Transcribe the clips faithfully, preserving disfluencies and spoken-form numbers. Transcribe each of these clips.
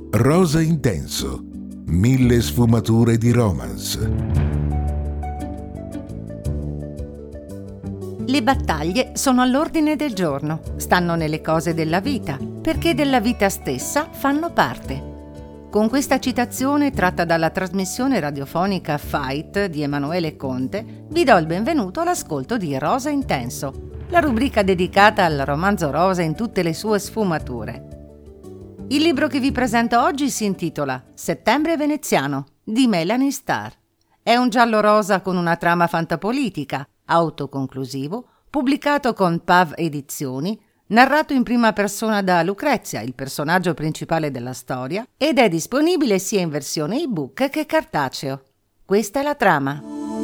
Rosa Intenso. Mille sfumature di romance. Le battaglie sono all'ordine del giorno, stanno nelle cose della vita, perché della vita stessa fanno parte. Con questa citazione tratta dalla trasmissione radiofonica Fight di Emanuele Conte, vi do il benvenuto all'ascolto di Rosa Intenso, la rubrica dedicata al romanzo rosa in tutte le sue sfumature. Il libro che vi presento oggi si intitola Settembre veneziano di Melanie Starr. È un giallo rosa con una trama fantapolitica, autoconclusivo, pubblicato con P A V Edizioni, narrato in prima persona da Lucrezia, il personaggio principale della storia, ed è disponibile sia in versione ebook che cartaceo. Questa è la trama.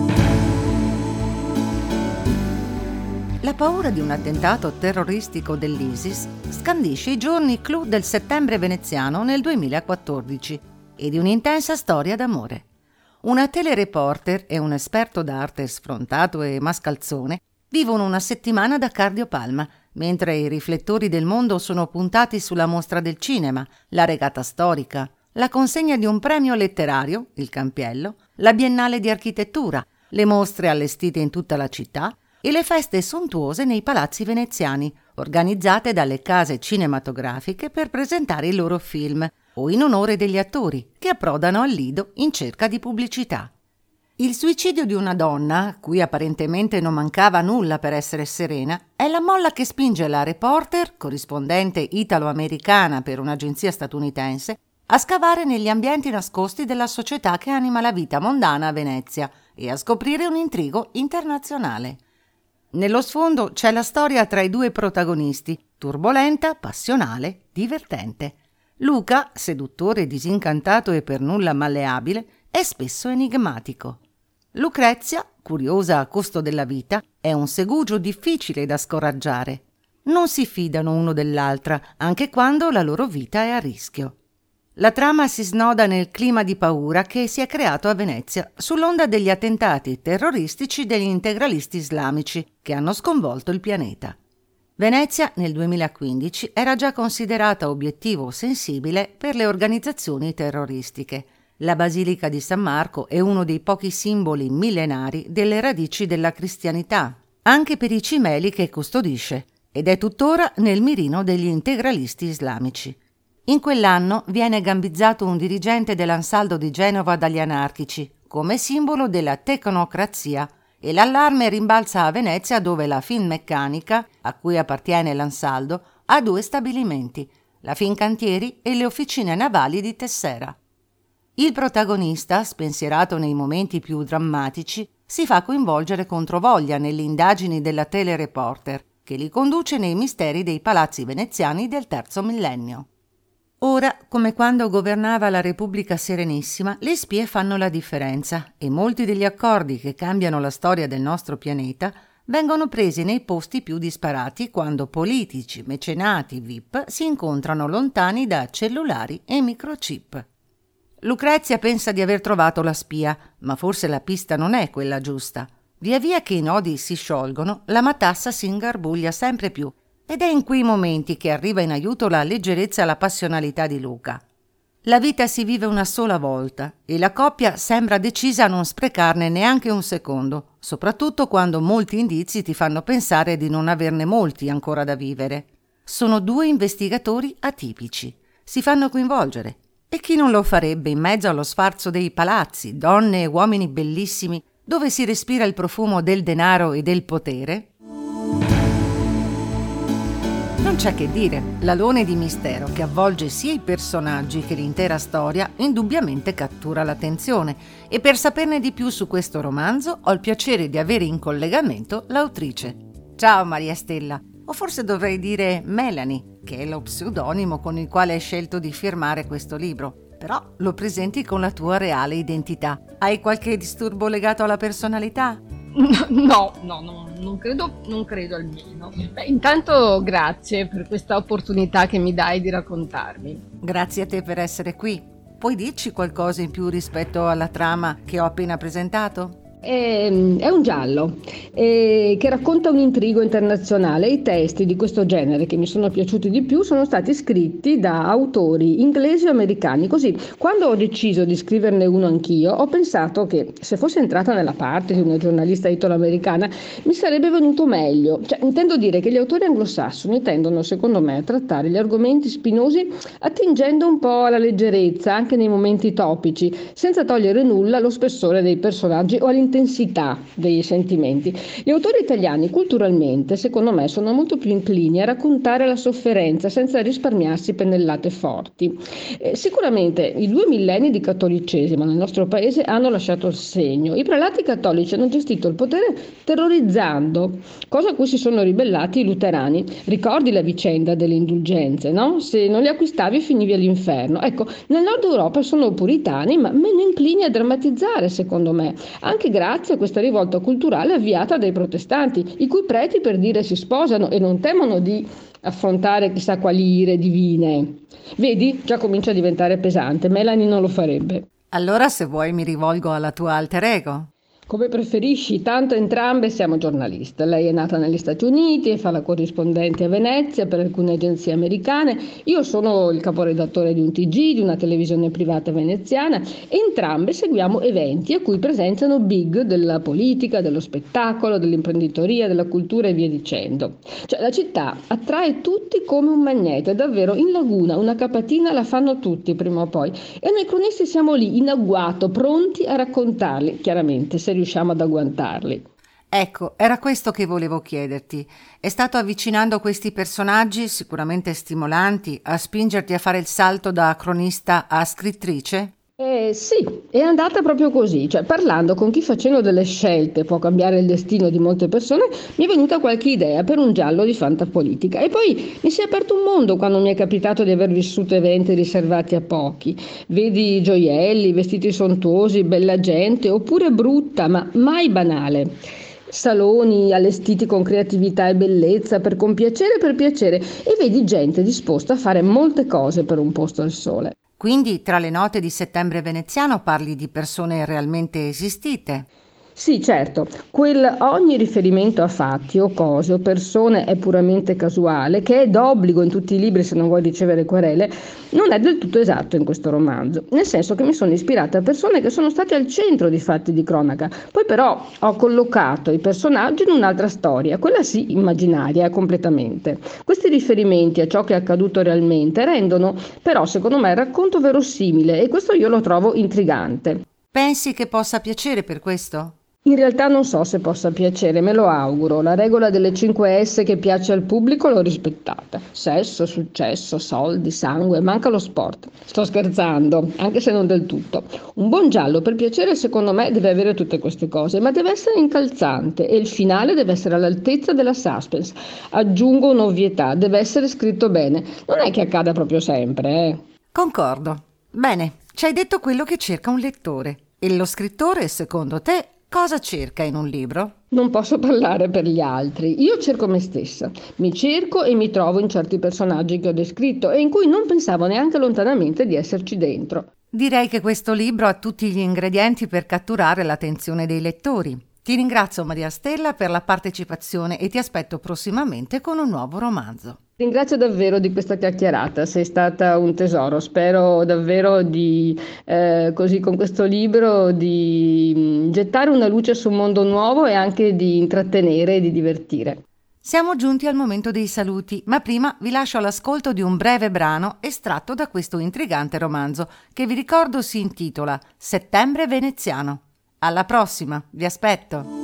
La paura di un attentato terroristico dell'ISIS scandisce i giorni clou del settembre veneziano nel duemilaquattordici e di un'intensa storia d'amore. Una telereporter e un esperto d'arte sfrontato e mascalzone vivono una settimana da cardiopalma, mentre i riflettori del mondo sono puntati sulla mostra del cinema, la regata storica, la consegna di un premio letterario, il Campiello, la Biennale di Architettura, le mostre allestite in tutta la città e le feste sontuose nei palazzi veneziani, organizzate dalle case cinematografiche per presentare i loro film o in onore degli attori che approdano al Lido in cerca di pubblicità. Il suicidio di una donna, cui apparentemente non mancava nulla per essere serena, è la molla che spinge la reporter, corrispondente italo-americana per un'agenzia statunitense, a scavare negli ambienti nascosti della società che anima la vita mondana a Venezia e a scoprire un intrigo internazionale. Nello sfondo c'è la storia tra i due protagonisti, turbolenta, passionale, divertente. Luca, seduttore disincantato e per nulla malleabile, è spesso enigmatico. Lucrezia, curiosa a costo della vita, è un segugio difficile da scoraggiare. Non si fidano uno dell'altra, anche quando la loro vita è a rischio. La trama si snoda nel clima di paura che si è creato a Venezia sull'onda degli attentati terroristici degli integralisti islamici che hanno sconvolto il pianeta. Venezia nel duemilaquindici era già considerata obiettivo sensibile per le organizzazioni terroristiche. La Basilica di San Marco è uno dei pochi simboli millenari delle radici della cristianità, anche per i cimeli che custodisce, ed è tuttora nel mirino degli integralisti islamici. In quell'anno viene gambizzato un dirigente dell'Ansaldo di Genova dagli anarchici, come simbolo della tecnocrazia, e l'allarme rimbalza a Venezia, dove la Finmeccanica, a cui appartiene l'Ansaldo, ha due stabilimenti, la Fincantieri e le officine navali di Tessera. Il protagonista, spensierato nei momenti più drammatici, si fa coinvolgere controvoglia nelle indagini della telereporter, che li conduce nei misteri dei palazzi veneziani del terzo millennio. Ora, come quando governava la Repubblica Serenissima, le spie fanno la differenza e molti degli accordi che cambiano la storia del nostro pianeta vengono presi nei posti più disparati quando politici, mecenati, V I P si incontrano lontani da cellulari e microchip. Lucrezia pensa di aver trovato la spia, ma forse la pista non è quella giusta. Via via che i nodi si sciolgono, la matassa si ingarbuglia sempre più ed è in quei momenti che arriva in aiuto la leggerezza e la passionalità di Luca. La vita si vive una sola volta e la coppia sembra decisa a non sprecarne neanche un secondo, soprattutto quando molti indizi ti fanno pensare di non averne molti ancora da vivere. Sono due investigatori atipici, si fanno coinvolgere. E chi non lo farebbe in mezzo allo sfarzo dei palazzi, donne e uomini bellissimi, dove si respira il profumo del denaro e del potere? Non c'è che dire, l'alone di mistero che avvolge sia i personaggi che l'intera storia indubbiamente cattura l'attenzione e per saperne di più su questo romanzo ho il piacere di avere in collegamento l'autrice. Ciao Maria Stella, o forse dovrei dire Melanie, che è lo pseudonimo con il quale hai scelto di firmare questo libro, però lo presenti con la tua reale identità. Hai qualche disturbo legato alla personalità? No, no, no, non credo, non credo almeno. Beh, intanto grazie per questa opportunità che mi dai di raccontarmi. Grazie a te per essere qui. Puoi dirci qualcosa in più rispetto alla trama che ho appena presentato? È, è un giallo eh, che racconta un intrigo internazionale. I testi di questo genere che mi sono piaciuti di più sono stati scritti da autori inglesi o americani. Così, quando ho deciso di scriverne uno anch'io, ho pensato che se fossi entrata nella parte di una giornalista italo-americana mi sarebbe venuto meglio. Cioè, intendo dire che gli autori anglosassoni tendono, secondo me, a trattare gli argomenti spinosi attingendo un po' alla leggerezza, anche nei momenti topici, senza togliere nulla allo spessore dei personaggi o all'intensità dei sentimenti. Gli autori italiani culturalmente, secondo me, sono molto più inclini a raccontare la sofferenza senza risparmiarsi pennellate forti. Eh, sicuramente i due millenni di cattolicesimo nel nostro paese hanno lasciato il segno. I prelati cattolici hanno gestito il potere terrorizzando, cosa a cui si sono ribellati i luterani. Ricordi la vicenda delle indulgenze, no? Se non le acquistavi finivi all'inferno. Ecco, nel nord Europa sono puritani, ma meno inclini a drammatizzare, secondo me, anche grazie grazie a questa rivolta culturale avviata dai protestanti, i cui preti per dire si sposano e non temono di affrontare chissà quali ire divine. Vedi, già comincia a diventare pesante, Melanie non lo farebbe. Allora, se vuoi, mi rivolgo alla tua alter ego. Come preferisci, tanto entrambe siamo giornaliste. Lei è nata negli Stati Uniti e fa la corrispondente a Venezia per alcune agenzie americane. Io sono il caporedattore di un T G, di una televisione privata veneziana. Entrambe seguiamo eventi a cui presenziano big della politica, dello spettacolo, dell'imprenditoria, della cultura e via dicendo. Cioè, la città attrae tutti come un magneto, è davvero in laguna, una capatina la fanno tutti prima o poi. E noi cronisti siamo lì, in agguato, pronti a raccontarli, chiaramente, se riusciamo ad agguantarli. Ecco, era questo che volevo chiederti. È stato avvicinando questi personaggi, sicuramente stimolanti, a spingerti a fare il salto da cronista a scrittrice? Eh, sì, è andata proprio così, cioè parlando con chi facendo delle scelte può cambiare il destino di molte persone, mi è venuta qualche idea per un giallo di fantapolitica e poi mi si è aperto un mondo quando mi è capitato di aver vissuto eventi riservati a pochi. Vedi gioielli, vestiti sontuosi, bella gente, oppure brutta, ma mai banale. Saloni allestiti con creatività e bellezza per compiacere e per piacere e vedi gente disposta a fare molte cose per un posto al sole. Quindi tra le note di Settembre veneziano parli di persone realmente esistite? Sì, certo, quel ogni riferimento a fatti o cose o persone è puramente casuale, che è d'obbligo in tutti i libri se non vuoi ricevere querele, non è del tutto esatto in questo romanzo, nel senso che mi sono ispirata a persone che sono state al centro di fatti di cronaca, poi però ho collocato i personaggi in un'altra storia, quella sì immaginaria completamente. Questi riferimenti a ciò che è accaduto realmente rendono però secondo me il racconto verosimile e questo io lo trovo intrigante. Pensi che possa piacere per questo? In realtà non so se possa piacere, me lo auguro. La regola delle cinque S che piace al pubblico l'ho rispettata. Sesso, successo, soldi, sangue, manca lo sport. Sto scherzando, anche se non del tutto. Un buon giallo per piacere secondo me deve avere tutte queste cose, ma deve essere incalzante e il finale deve essere all'altezza della suspense. Aggiungo un'ovvietà, deve essere scritto bene. Non è che accada proprio sempre, eh. Concordo. Bene, ci hai detto quello che cerca un lettore. E lo scrittore, secondo te, cosa cerca in un libro? Non posso parlare per gli altri. Io cerco me stessa. Mi cerco e mi trovo in certi personaggi che ho descritto e in cui non pensavo neanche lontanamente di esserci dentro. Direi che questo libro ha tutti gli ingredienti per catturare l'attenzione dei lettori. Ti ringrazio Maria Stella per la partecipazione e ti aspetto prossimamente con un nuovo romanzo. Ringrazio davvero di questa chiacchierata, sei stata un tesoro, spero davvero di, eh, così con questo libro, di gettare una luce su un mondo nuovo e anche di intrattenere e di divertire. Siamo giunti al momento dei saluti, ma prima vi lascio all'ascolto di un breve brano estratto da questo intrigante romanzo, che vi ricordo si intitola Settembre veneziano. Alla prossima, vi aspetto!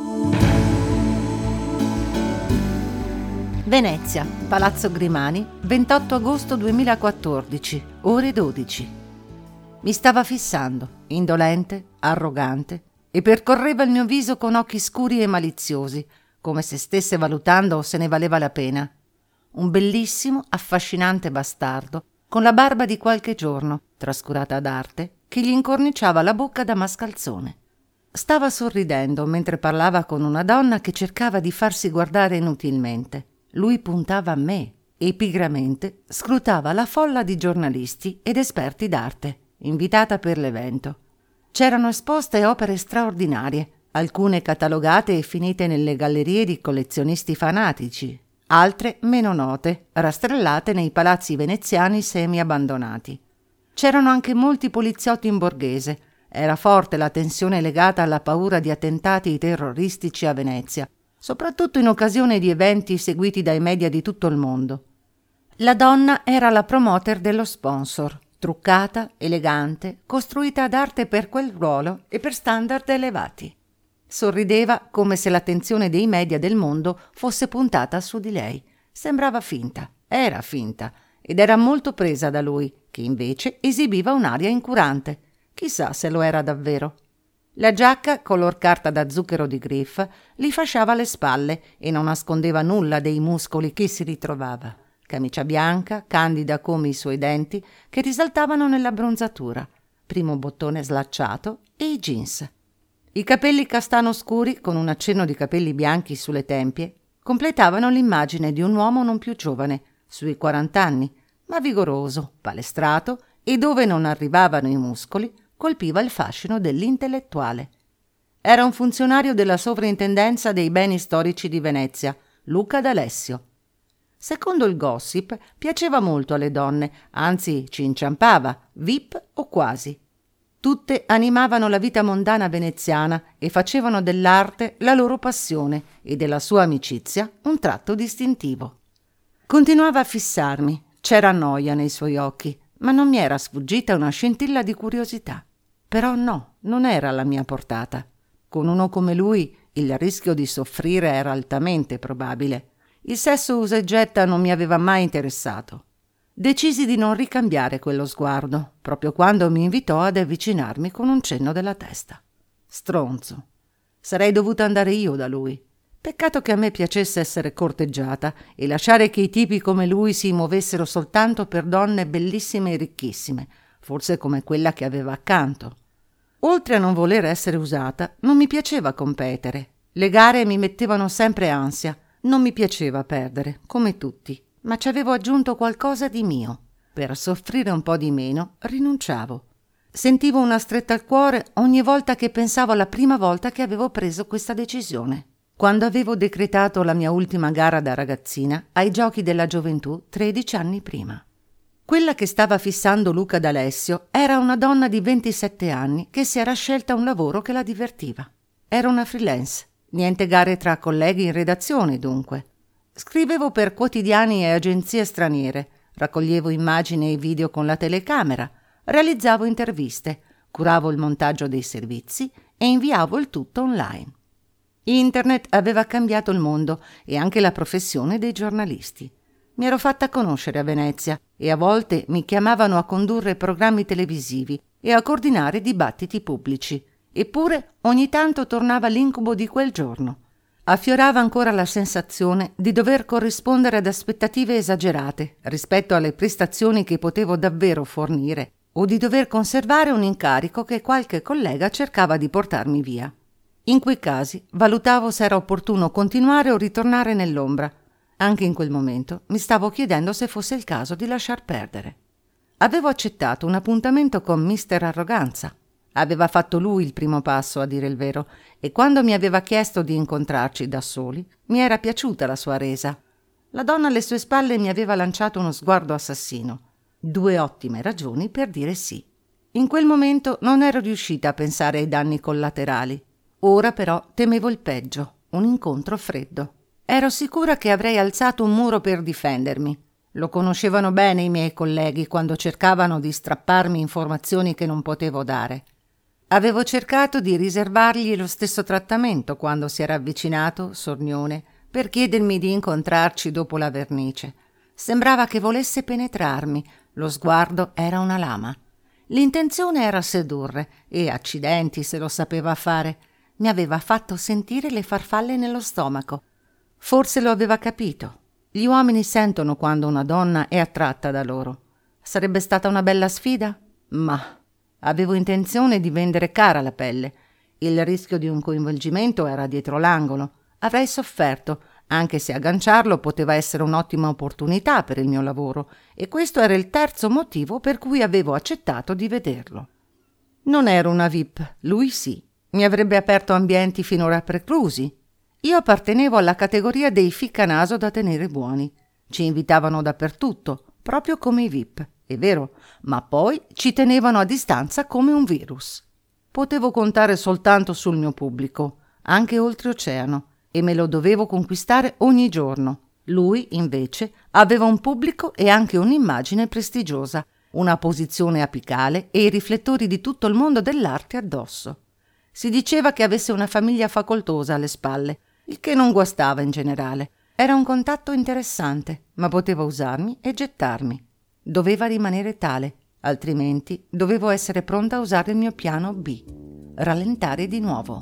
Venezia, Palazzo Grimani, ventotto agosto duemilaquattordici, ore dodici. Mi stava fissando, indolente, arrogante, e percorreva il mio viso con occhi scuri e maliziosi, come se stesse valutando se ne valeva la pena. Un bellissimo, affascinante bastardo, con la barba di qualche giorno, trascurata ad arte, che gli incorniciava la bocca da mascalzone. Stava sorridendo mentre parlava con una donna che cercava di farsi guardare inutilmente. Lui puntava a me e pigramente scrutava la folla di giornalisti ed esperti d'arte, invitata per l'evento. C'erano esposte opere straordinarie, alcune catalogate e finite nelle gallerie di collezionisti fanatici, altre meno note, rastrellate nei palazzi veneziani semi-abbandonati. C'erano anche molti poliziotti in borghese. Era forte la tensione legata alla paura di attentati terroristici a Venezia, soprattutto in occasione di eventi seguiti dai media di tutto il mondo. La donna era la promoter dello sponsor, truccata, elegante, costruita ad arte per quel ruolo e per standard elevati. Sorrideva come se l'attenzione dei media del mondo fosse puntata su di lei. Sembrava finta, era finta, ed era molto presa da lui, che invece esibiva un'aria incurante. Chissà se lo era davvero. La giacca, color carta da zucchero di Griff, gli fasciava le spalle e non nascondeva nulla dei muscoli che si ritrovava. Camicia bianca, candida come i suoi denti, che risaltavano nell'abbronzatura. Primo bottone slacciato e i jeans. I capelli castano scuri, con un accenno di capelli bianchi sulle tempie, completavano l'immagine di un uomo non più giovane, sui quarant'anni, ma vigoroso, palestrato, e dove non arrivavano i muscoli, colpiva il fascino dell'intellettuale. Era un funzionario della sovrintendenza dei beni storici di Venezia, Luca D'Alessio. Secondo il gossip, piaceva molto alle donne, anzi ci inciampava, V I P o quasi. Tutte animavano la vita mondana veneziana e facevano dell'arte la loro passione e della sua amicizia un tratto distintivo. Continuava a fissarmi, c'era noia nei suoi occhi, ma non mi era sfuggita una scintilla di curiosità. Però no, non era alla mia portata. Con uno come lui il rischio di soffrire era altamente probabile. Il sesso usa e getta non mi aveva mai interessato. Decisi di non ricambiare quello sguardo, proprio quando mi invitò ad avvicinarmi con un cenno della testa. Stronzo. Sarei dovuta andare io da lui. Peccato che a me piacesse essere corteggiata e lasciare che i tipi come lui si muovessero soltanto per donne bellissime e ricchissime, forse come quella che aveva accanto. Oltre a non voler essere usata, non mi piaceva competere. Le gare mi mettevano sempre ansia. Non mi piaceva perdere, come tutti, ma ci avevo aggiunto qualcosa di mio. Per soffrire un po' di meno, rinunciavo. Sentivo una stretta al cuore ogni volta che pensavo alla prima volta che avevo preso questa decisione. Quando avevo decretato la mia ultima gara da ragazzina ai Giochi della Gioventù tredici anni prima. Quella che stava fissando Luca D'Alessio era una donna di ventisette anni che si era scelta un lavoro che la divertiva. Era una freelance, niente gare tra colleghi in redazione dunque. Scrivevo per quotidiani e agenzie straniere, raccoglievo immagini e video con la telecamera, realizzavo interviste, curavo il montaggio dei servizi e inviavo il tutto online. Internet aveva cambiato il mondo e anche la professione dei giornalisti. Mi ero fatta conoscere a Venezia e a volte mi chiamavano a condurre programmi televisivi e a coordinare dibattiti pubblici. Eppure ogni tanto tornava l'incubo di quel giorno. Affiorava ancora la sensazione di dover corrispondere ad aspettative esagerate rispetto alle prestazioni che potevo davvero fornire o di dover conservare un incarico che qualche collega cercava di portarmi via. In quei casi valutavo se era opportuno continuare o ritornare nell'ombra. Anche in quel momento mi stavo chiedendo se fosse il caso di lasciar perdere. Avevo accettato un appuntamento con mister Arroganza. Aveva fatto lui il primo passo, a dire il vero, e quando mi aveva chiesto di incontrarci da soli, mi era piaciuta la sua resa. La donna alle sue spalle mi aveva lanciato uno sguardo assassino. Due ottime ragioni per dire sì. In quel momento non ero riuscita a pensare ai danni collaterali. Ora però temevo il peggio, un incontro freddo. Ero sicura che avrei alzato un muro per difendermi. Lo conoscevano bene i miei colleghi quando cercavano di strapparmi informazioni che non potevo dare. Avevo cercato di riservargli lo stesso trattamento quando si era avvicinato, sornione, per chiedermi di incontrarci dopo la vernice. Sembrava che volesse penetrarmi, lo sguardo era una lama. L'intenzione era sedurre e, accidenti se lo sapeva fare, mi aveva fatto sentire le farfalle nello stomaco. Forse lo aveva capito. Gli uomini sentono quando una donna è attratta da loro. Sarebbe stata una bella sfida? Ma avevo intenzione di vendere cara la pelle. Il rischio di un coinvolgimento era dietro l'angolo. Avrei sofferto, anche se agganciarlo poteva essere un'ottima opportunità per il mio lavoro, e questo era il terzo motivo per cui avevo accettato di vederlo. Non ero una V I P, lui sì. Mi avrebbe aperto ambienti finora preclusi. Io appartenevo alla categoria dei ficcanaso da tenere buoni. Ci invitavano dappertutto, proprio come i V I P, è vero, ma poi ci tenevano a distanza come un virus. Potevo contare soltanto sul mio pubblico, anche oltreoceano, e me lo dovevo conquistare ogni giorno. Lui, invece, aveva un pubblico e anche un'immagine prestigiosa, una posizione apicale e i riflettori di tutto il mondo dell'arte addosso. Si diceva che avesse una famiglia facoltosa alle spalle, il che non guastava in generale. Era un contatto interessante, ma poteva usarmi e gettarmi. Doveva rimanere tale, altrimenti dovevo essere pronta a usare il mio piano B, rallentare di nuovo.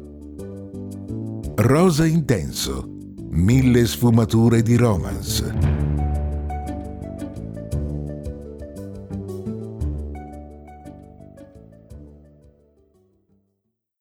Rosa Intenso, mille sfumature di romance.